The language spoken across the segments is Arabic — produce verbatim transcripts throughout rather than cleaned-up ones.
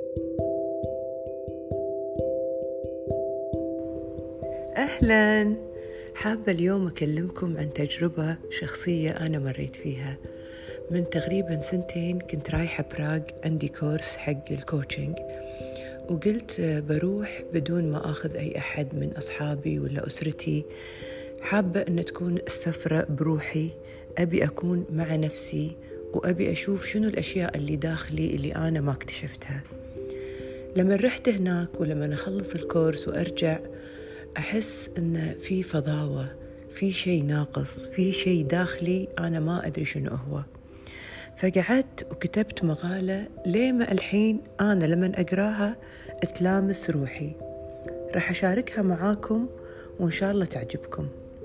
أهلاً. حابة اليوم أكلمكم عن تجربة شخصية أنا مريت فيها. من تقريباً سنتين كنت رايحة براغ، عندي كورس حق الكوتشنج، وقلت بروح بدون ما أخذ أي أحد من أصحابي ولا أسرتي. حابة أن تكون السفرة بروحي، أبي أكون مع نفسي وأبي أشوف شنو الأشياء اللي داخلي اللي أنا ما اكتشفتها. لما رحت هناك ولما أخلص الكورس وأرجع أحس أن في فضاوة، في شيء ناقص، في شيء داخلي أنا ما أدري شنو هو. فقعدت وكتبت مقالة ليه ما الحين أنا لما أقراها تلامس روحي. راح أشاركها معاكم وإن شاء الله تعجبكم.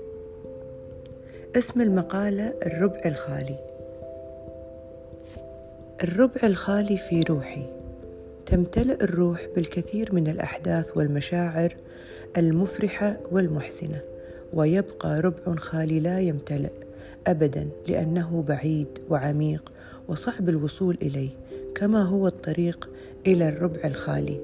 اسم المقالة الربع الخالي. الربع الخالي في روحي. تمتلئ الروح بالكثير من الأحداث والمشاعر المفرحة والمحزنة، ويبقى ربع خالي لا يمتلئ أبداً، لأنه بعيد وعميق وصعب الوصول إليه، كما هو الطريق إلى الربع الخالي.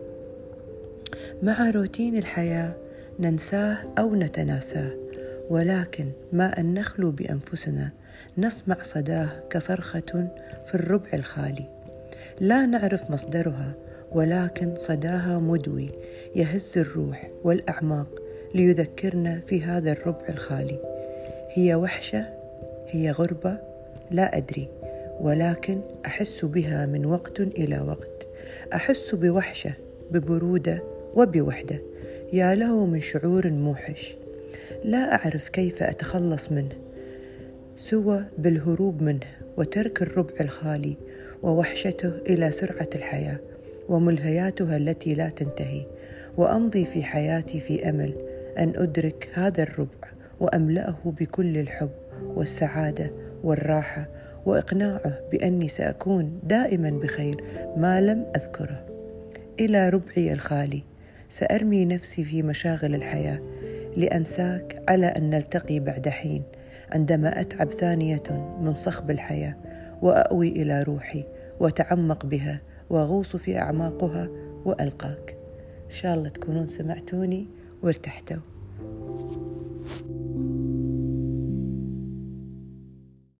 مع روتين الحياة ننساه أو نتناساه، ولكن ما أن نخلو بأنفسنا نسمع صداه كصرخة في الربع الخالي، لا نعرف مصدرها، ولكن صداها مدوي يهز الروح والأعماق ليذكرنا في هذا الربع الخالي. هي وحشة؟ هي غربة؟ لا أدري، ولكن أحس بها من وقت إلى وقت. أحس بوحشة، ببرودة وبوحدة. يا له من شعور موحش، لا أعرف كيف أتخلص منه سوى بالهروب منه وترك الربع الخالي ووحشته إلى سرعة الحياة وملهياتها التي لا تنتهي، وأمضي في حياتي في أمل أن أدرك هذا الربع وأملأه بكل الحب والسعادة والراحة، وإقناعه بأني سأكون دائما بخير ما لم أذكره. إلى ربعي الخالي سأرمي نفسي في مشاغل الحياة لأنساك، على أن نلتقي بعد حين عندما أتعب ثانية من صخب الحياة وأأوي إلى روحي وتعمق بها وأغوص في أعماقها وألقاك. إن شاء الله تكونون سمعتوني وارتحتوا.